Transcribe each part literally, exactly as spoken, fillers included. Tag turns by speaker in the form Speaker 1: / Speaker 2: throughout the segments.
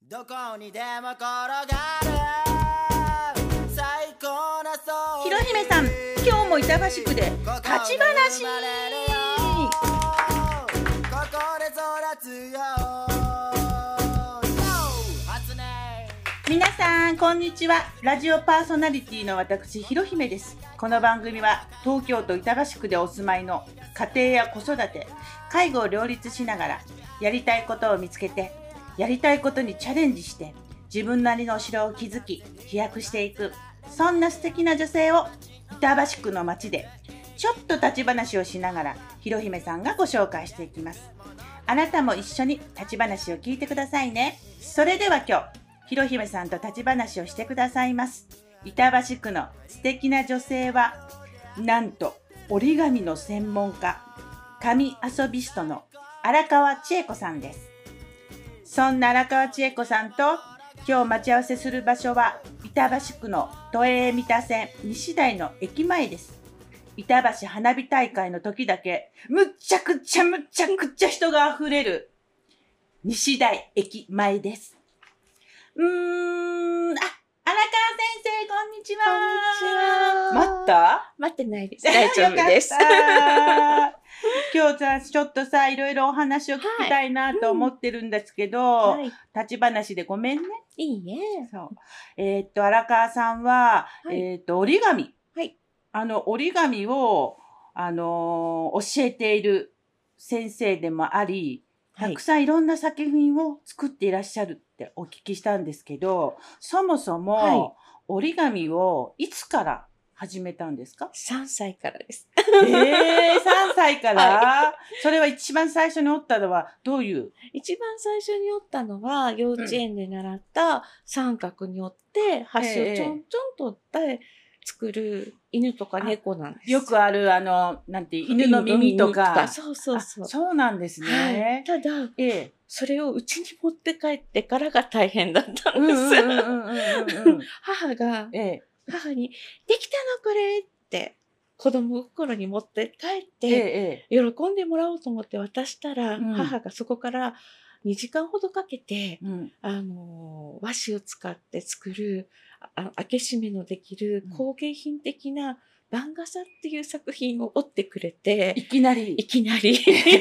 Speaker 1: どこにでも転がる最高なそう
Speaker 2: ひろひめさん、今日も板橋区で立ち話。
Speaker 1: ここで育つよ初音。
Speaker 2: 皆さんこんにちは。ラジオパーソナリティの私ひろひめです。この番組は東京都板橋区でお住まいの家庭や子育て、介護を両立しながらやりたいことを見つけて、やりたいことにチャレンジして自分なりのお城を築き飛躍していく、そんな素敵な女性を板橋区の街でちょっと立ち話をしながらひろひめさんがご紹介していきます。あなたも一緒に立ち話を聞いてくださいね。それでは今日ひろひめさんと立ち話をしてくださいます板橋区の素敵な女性は、なんと折り紙の専門家、紙遊びストの荒川千恵子さんです。そんな荒川千恵子さんと今日待ち合わせする場所は板橋区の都営三田線西台の駅前です。板橋花火大会の時だけむっちゃくちゃむっちゃくちゃ人があふれる西台駅前です。うーん、あ、荒川先生こんにちは。
Speaker 3: こんにちは。
Speaker 2: 待った？
Speaker 3: 待ってないです。大丈夫です。
Speaker 2: 今日さ、ちょっとさ、いろいろお話を聞きたいなと思ってるんですけど、
Speaker 3: はい、
Speaker 2: 立ち話でごめんね。
Speaker 3: いいえ。
Speaker 2: そう。えー、っと、荒川さんは、
Speaker 3: はい、
Speaker 2: えー、っと、折り紙。
Speaker 3: はい。
Speaker 2: あの、折り紙を、あのー、教えている先生でもあり、たくさんいろんな作品を作っていらっしゃるってお聞きしたんですけど、そもそも、はい、折り紙をいつから始めたんですか？
Speaker 3: さんさいからです。
Speaker 2: ええー、さんさいから、はい、それは一番最初に折ったのはどういう？
Speaker 3: 一番最初に折ったのは幼稚園で習った三角に折って端をちょんちょんと折って作る犬とか猫なんです。
Speaker 2: よくあるあのなんて犬の耳とか。
Speaker 3: とかそうそうそう。
Speaker 2: そうなんですね。
Speaker 3: はい、ただ、ええ、それをうちに持って帰ってからが大変だったんです。母が、ええ、母にできたのこれって子供心に持って帰って、ええ、喜んでもらおうと思って渡したら、うん、母がそこからにじかんほどかけて、うん、あの和紙を使って作るあ開け閉めのできる工芸品的な番傘っていう作品を折ってくれて、
Speaker 2: いきなり
Speaker 3: いきなり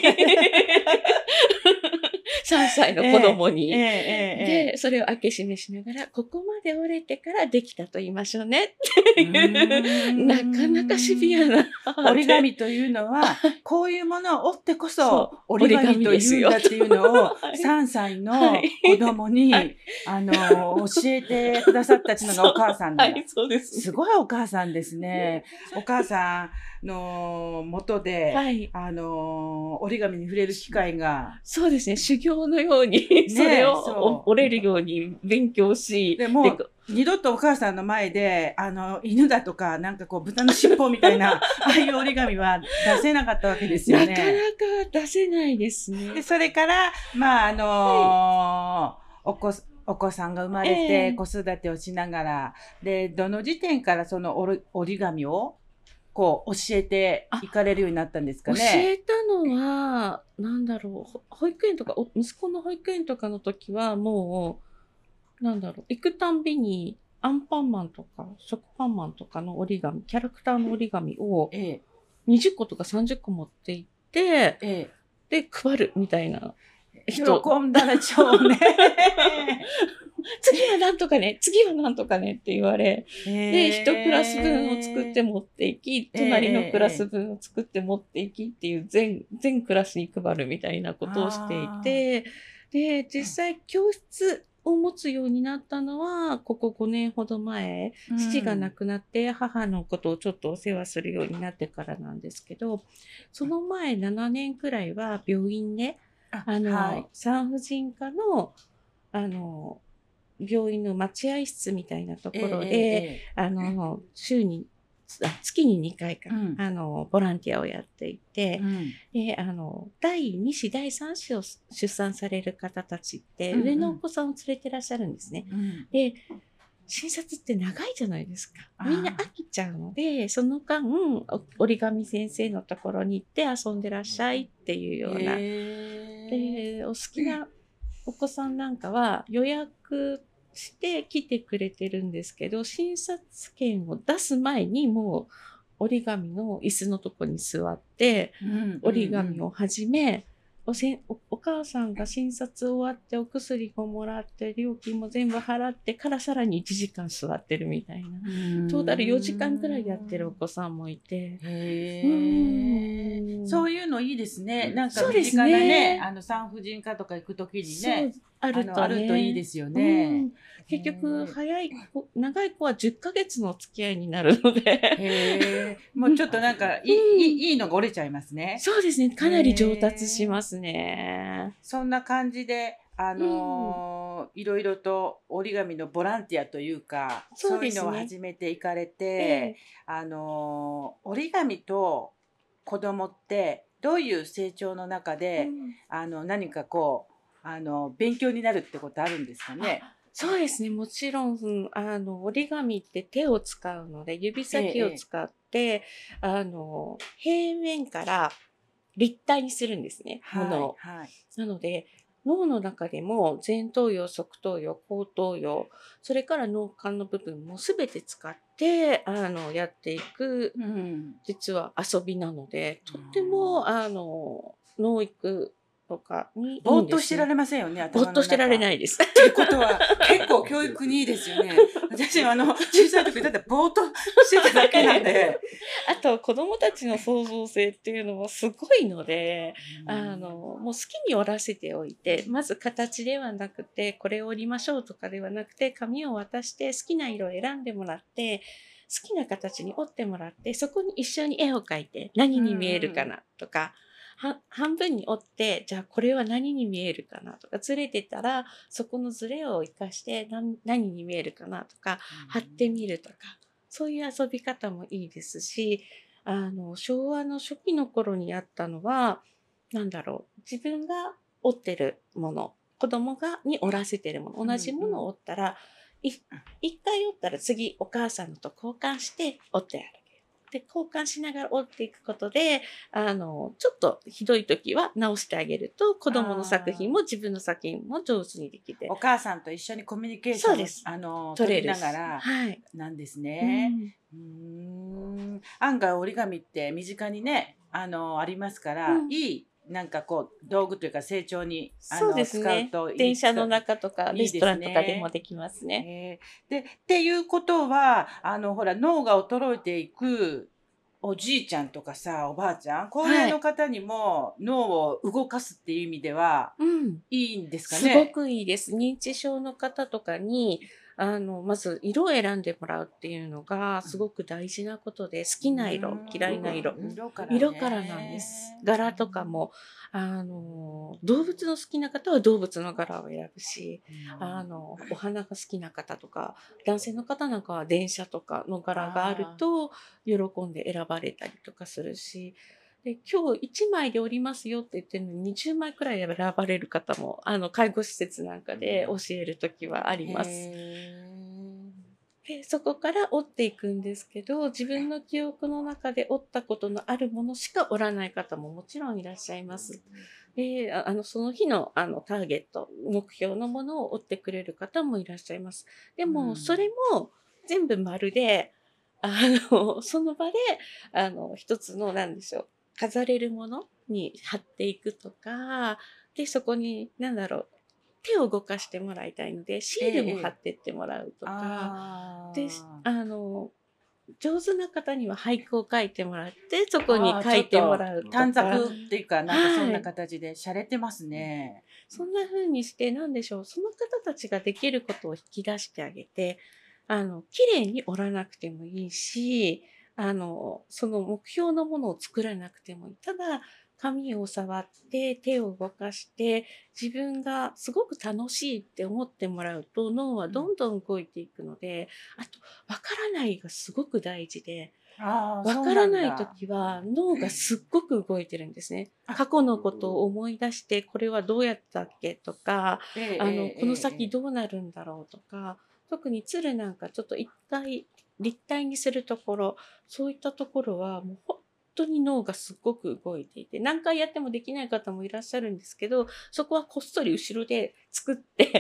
Speaker 3: さんさいの子供に、えーえーえー、でそれを開け閉めしながらここまで折れてからできたと言いましょうねっていうなかなかシビアな
Speaker 2: 折り紙というのはこういうものを折ってこそ折り紙というんだっていうのをさんさいの子供に、はい、あの教えてくださったっていうのがお母さんだ、
Speaker 3: はい、そうです。
Speaker 2: すごいお母さんですね。お母さんの元で、はい、あの折り紙に触れる機会が
Speaker 3: そうですね、修行のようにそれを折れるように勉強し、
Speaker 2: でも二度とお母さんの前であの犬だとかなんかこう豚の尻尾みたいなああいう折り紙は出せなかったわけですよね。
Speaker 3: なかなか出せないですね。
Speaker 2: でそれからまああのーはい、お子お子さんが生まれて子育てをしながら、えー、でどの時点からその折り紙をこう教えていかれるようになったんですかね。
Speaker 3: 教えたのはなんだろう、保育園とか息子の保育園とかの時はもうなんだろう、行くたんびにアンパンマンとか食パンマンとかの折り紙、キャラクターの折り紙をにじゅっことかさんじゅっこ持って行って、ええ、で配るみたいな
Speaker 2: 人。喜んだら超ね
Speaker 3: 次はなんとかね、次はなんとかねって言われ、で、一クラス分を作って持っていき、隣のクラス分を作って持っていきっていう全、全クラスに配るみたいなことをしていて、で、実際教室を持つようになったのは、ここごねんほど前、父が亡くなって母のことをちょっとお世話するようになってからなんですけど、その前ななねんくらいは病院で、あの、はい、産婦人科の、あの、病院の待合室みたいなところで、えーえー、あの、週に、月ににかいか、うん、あの、ボランティアをやっていて、うん、で、あの、だいに子、だいさん子を出産される方たちって、うんうん、上のお子さんを連れてらっしゃるんですね。うん、で、診察って長いじゃないですか。みんな飽きちゃうので、その間、折り紙先生のところに行って遊んでらっしゃいっていうような、えー、で、お好きなお子さんなんかは予約して来てくれてるんですけど、診察券を出す前にもう折り紙の椅子のとこに座って、折り紙を始め、おせおお母さんが診察終わってお薬ももらって料金も全部払ってからさらにいちじかん座ってるみたいな、トータルよじかんくらいやってるお子さんもいて、
Speaker 2: へ
Speaker 3: うん
Speaker 2: ーそういうのいいですね。なんか
Speaker 3: そうです
Speaker 2: 身近なね、
Speaker 3: ね
Speaker 2: あの産婦人科とか行くときに
Speaker 3: そう
Speaker 2: ね、
Speaker 3: あるとね
Speaker 2: あのあるといいですよ
Speaker 3: う
Speaker 2: ね
Speaker 3: ん。結
Speaker 2: へ
Speaker 3: 局
Speaker 2: ー
Speaker 3: 早い子長い子はじゅっかげつの付き合いになるので
Speaker 2: へーもうちょっとなんかいい,、
Speaker 3: うん
Speaker 2: いいいいのが折れちゃいますね。
Speaker 3: そうですね、かなり上達しますね。
Speaker 2: そんな感じで、あのーいろいろと折り紙のボランティアというか、
Speaker 3: そうですね
Speaker 2: そういうのを始めていかれて、
Speaker 3: ええ
Speaker 2: あのー折り紙と子供ってどういう成長の中で、
Speaker 3: うん
Speaker 2: あの何かこうあの勉強になるってことあるんですかね。
Speaker 3: そうですね、もちろん、うんあの、折り紙って手を使うので、指先を使って、あの、平面から立体にするんですね、ものを。
Speaker 2: はいはい。
Speaker 3: なので、脳の中でも前頭葉、側頭葉、後頭葉、それから脳幹の部分もすべて使って、あの、やっていく、
Speaker 2: うん。
Speaker 3: 実は遊びなので、とっても、あの、脳育とかにいいんですね。
Speaker 2: ぼーっとしてられませんよね。
Speaker 3: ぼーっとしてられ
Speaker 2: い。
Speaker 3: ないです。
Speaker 2: っていうことは結構教育にいいですよね。私あの小さい時だってぼーっとしてただけなんで。
Speaker 3: あと、子供たちの創造性っていうのはすごいので、あの、もう好きに折らせておいて、まず形ではなくて、これを折りましょうとかではなくて、紙を渡して好きな色を選んでもらって、好きな形に折ってもらって、そこに一緒に絵を描いて、何に見えるかなとか、は半分に折って、じゃあこれは何に見えるかなとか、ずれてたら、そこのずれを活かして何何に見えるかなとか、貼ってみるとか、そういう遊び方もいいですし、あの、昭和の初期の頃にあったのは、なんだろう、自分が折ってるもの、子供がに折らせてるもの、同じものを折ったら、い一回折ったら次お母さんのと交換して折ってあげる。で、交換しながら折っていくことで、あの、ちょっとひどい時は直してあげると、子供の作品も自分の作品も上手にできて。
Speaker 2: お母さんと一緒にコミュニケーションを
Speaker 3: そうです
Speaker 2: あの
Speaker 3: 取れる
Speaker 2: 取りながら
Speaker 3: はい。
Speaker 2: なんですね。
Speaker 3: うん
Speaker 2: うーん案外折り紙って身近にねあのありますから、
Speaker 3: うん
Speaker 2: いいなんかこう道具というか成長にあの
Speaker 3: そうですね
Speaker 2: 使うといい。
Speaker 3: 電車の中とか
Speaker 2: いいですね
Speaker 3: レストランとかでもできますね。
Speaker 2: えーでっていうことはあのほら脳が衰えていくおじいちゃんとかさおばあちゃん高齢の方にも脳を動かすっていう意味では
Speaker 3: うん。
Speaker 2: いいんですか
Speaker 3: す
Speaker 2: ね。
Speaker 3: ごくいいです。認知症の方とかに、あの、まず色を選んでもらうっていうのがすごく大事なことで、好きな色、嫌いな色。
Speaker 2: 色からね
Speaker 3: 色からなんです。柄とかも、あの、動物の好きな方は動物の柄を選ぶし、あの、お花が好きな方とか、男性の方なんかは電車とかの柄があると、喜んで選ばれたりとかするし、で今日いちまいで折りますよって言ってるのににじゅうまいくらい選ばれる方も、あの、介護施設なんかで教えるときはあります。
Speaker 2: へ
Speaker 3: で、そこから折っていくんですけど、自分の記憶の中で折ったことのあるものしか折らない方ももちろんいらっしゃいます。で、ああの、その日の、あの、ターゲット、目標のものを折ってくれる方もいらっしゃいます。でも、
Speaker 2: うん
Speaker 3: それも全部丸で、あの、その場で、あの、一つの、なんでしょう、飾れるものに貼っていくとか、で、そこに、なんだろう、手を動かしてもらいたいので、シールも貼ってってもらうとか、
Speaker 2: あ
Speaker 3: で、
Speaker 2: ー
Speaker 3: あの、上手な方には俳句を書いてもらって、そこに書いてもらうとか。
Speaker 2: 短冊っていうかなんかそん
Speaker 3: は
Speaker 2: ない形で洒落てますね。
Speaker 3: そんな風にして、なんでしょう、その方たちができることを引き出してあげて、あの、綺麗に折らなくてもいいし、あの、その目標のものを作らなくてもいい。ただ、紙を触って手を動かして自分がすごく楽しいって思ってもらうと脳はどんどん動いていくので、あとわからないがすごく大事で、
Speaker 2: あー
Speaker 3: わからない
Speaker 2: そうんだ
Speaker 3: 時は脳がすっごく動いてるんですね。過去のことを思い出してこれはどうやったっけとか、
Speaker 2: ええ
Speaker 3: あの
Speaker 2: ええ
Speaker 3: この先どうなるんだろうとか、特に鶴なんかちょっと一回立体にするところ、そういったところはもうほ当に脳がすっごく動いていて、何回やってもできない方もいらっしゃるんですけど、そこはこっそり後ろで作って、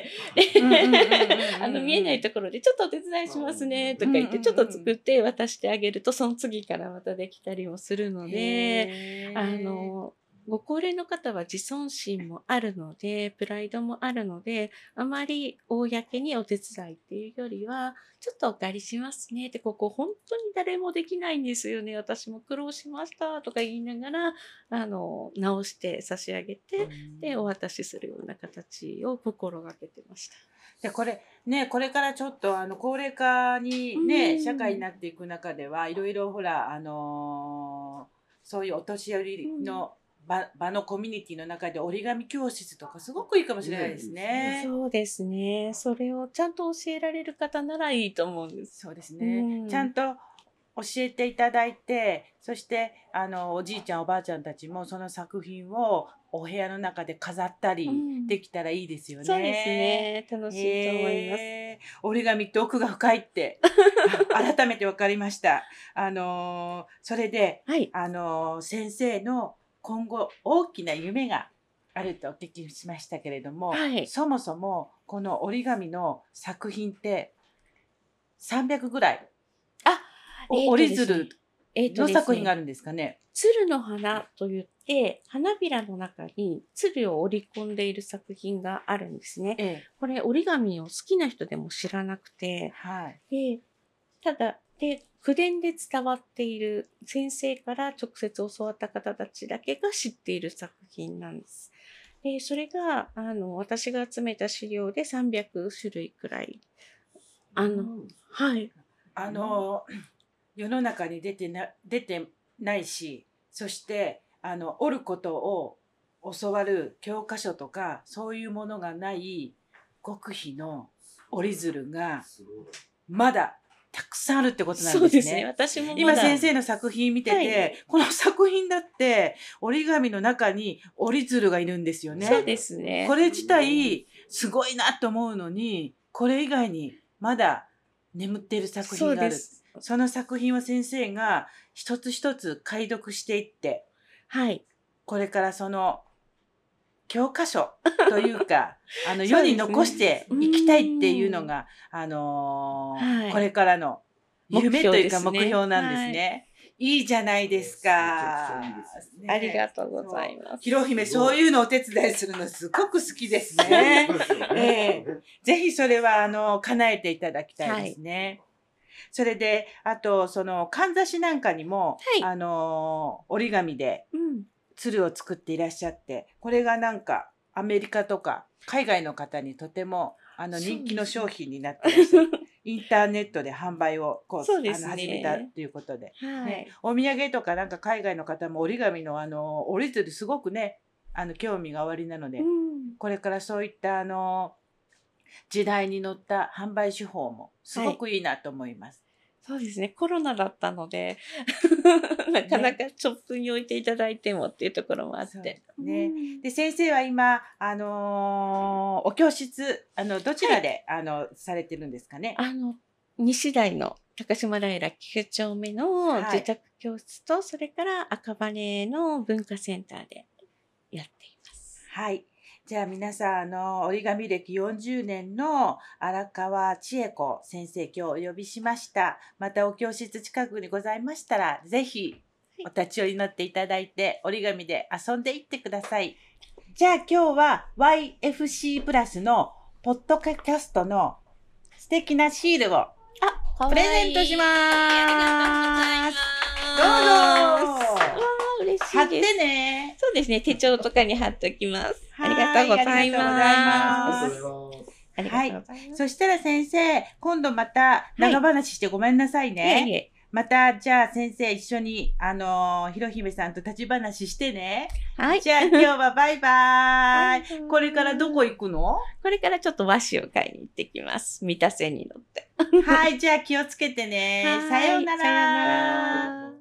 Speaker 3: あの、見えないところでちょっとお手伝いしますねとか言って、ちょっと作って渡してあげると、その次からまたできたりもするので、あの、ご高齢の方は自尊心もあるので、プライドもあるので、あまり公にお手伝いっていうよりは、ちょっとお借りしますねって、ここ本当に誰もできないんですよね。私も苦労しましたとか言いながら、あの、直して差し上げて、で、お渡しするような形を心がけてました。
Speaker 2: でこれね、これからちょっとあの高齢化にね、
Speaker 3: うん
Speaker 2: 社会になっていく中ではいろいろほら、あのーそういうお年寄りの場、場のコミュニティの中で折り紙教室とかすごくいいかもしれないですね。
Speaker 3: そうですね。それをちゃんと教えられる方ならいいと思うんです。
Speaker 2: そうですね、
Speaker 3: うん
Speaker 2: ちゃんと教えていただいて、そしてあのおじいちゃんおばあちゃんたちもその作品をお部屋の中で飾ったり
Speaker 3: うん
Speaker 2: できたらいいですよね。
Speaker 3: そうですね。楽しいと思います。
Speaker 2: へー折り紙って奥が深いって改めて分かりました。あのーそれで、
Speaker 3: はい。
Speaker 2: あのー先生の今後大きな夢があるとお聞きしましたけれども、
Speaker 3: はい
Speaker 2: そもそもこの折り紙の作品ってさんびゃくぐらい
Speaker 3: あ、
Speaker 2: お折り鶴
Speaker 3: えーと
Speaker 2: の
Speaker 3: ですね
Speaker 2: 作品があるんですかね。
Speaker 3: 鶴の花といって、花びらの中に鶴を織り込んでいる作品があるんですね。
Speaker 2: ええ、
Speaker 3: これ折り紙を好きな人でも知らなくて、
Speaker 2: はい。
Speaker 3: でただ、で、口伝で伝わっている先生から直接教わった方たちだけが知っている作品なんです。で、それが、あの、私が集めた資料でさんびゃくしゅるいくらい。あの、はい。
Speaker 2: あの世の中に出てな出てないし、そしてあの折ることを教わる教科書とかそういうものがない極秘の折り鶴がまだたくさんあるってことなんですね。
Speaker 3: そうですね。私もまだ
Speaker 2: 今先生の作品見てて、
Speaker 3: はい
Speaker 2: この作品だって折り紙の中に折り鶴がいるんですよね。
Speaker 3: そうですね。
Speaker 2: これ自体すごいなと思うのに、これ以外にまだ眠っている作品がある。
Speaker 3: そうです。
Speaker 2: その作品を先生が一つ一つ解読していって、
Speaker 3: はい。
Speaker 2: これからその教科書というか、あの世
Speaker 3: そうですね
Speaker 2: に残していきたいっていうのが、あのー
Speaker 3: はい
Speaker 2: これからの夢というか目
Speaker 3: 目標ですね
Speaker 2: 標なんですね。いいじゃないですか。ね
Speaker 3: ありがとうございます。
Speaker 2: ひろひめ、そういうのお手伝いするのすごく好きですね。ええぜひそれはあの叶えていただきたいですね。それで、あとそのかんざしなんかにも、
Speaker 3: はい
Speaker 2: あの折り紙で
Speaker 3: うん。
Speaker 2: 鶴を作っていらっしゃって、これがなんかアメリカとか海外の方にとてもあの人気の商品になってらっしゃる。インターネットで販売をこう
Speaker 3: そうですね
Speaker 2: あの始めたということで、
Speaker 3: はい。
Speaker 2: ね、お土産とかなんか海外の方も折り紙のあの折り鶴すごくね、あの興味がおありなので、
Speaker 3: うん。
Speaker 2: これからそういったあの時代に乗った販売手法もすごくいいなと思います。
Speaker 3: そうですね。コロナだったので、なかなかショップに置いていただいてもっていうところもあって。
Speaker 2: そうですね
Speaker 3: うん
Speaker 2: で先生は今あのーお教室あのどちらで、あのされてるんですかね。
Speaker 3: あの、西台の高島平きゅう丁目の
Speaker 2: はい
Speaker 3: 自宅教室と、それから赤羽の文化センターでやっています。
Speaker 2: はい。じゃあ皆さん、あの、折り紙歴よんじゅうねんの荒川千恵子先生、今日お呼びしました。またお教室近くにございましたら、ぜひお立ち寄りになっていただいて、折り紙で遊んでいってください。じゃあ今日は ワイエフシー プラスのポッドキャストの素敵なシールを
Speaker 3: あ、
Speaker 2: プレゼントします。
Speaker 3: ありが
Speaker 2: どうぞ
Speaker 3: とうございます。わー、嬉しいです。
Speaker 2: 貼ってね。
Speaker 3: そうですね。手帳とかに貼っておきます。あ
Speaker 2: はい
Speaker 3: りがとうございます。
Speaker 2: ありがとうございます
Speaker 3: ありがとうございます。
Speaker 2: そしたら先生、今度また長話してごめんなさいね。
Speaker 3: いえいえ。
Speaker 2: また、じゃあ先生一緒に、あのーひろひめさんと立ち話してね。
Speaker 3: はい。
Speaker 2: じゃあ今日はバイバ
Speaker 3: バイバイ
Speaker 2: ーイ。これからどこ行くの？
Speaker 3: これからちょっと和紙を買いに行ってきます。三田線に乗って。
Speaker 2: はい、じゃあ気をつけてね。
Speaker 3: はい
Speaker 2: さようなら。
Speaker 3: さようなら。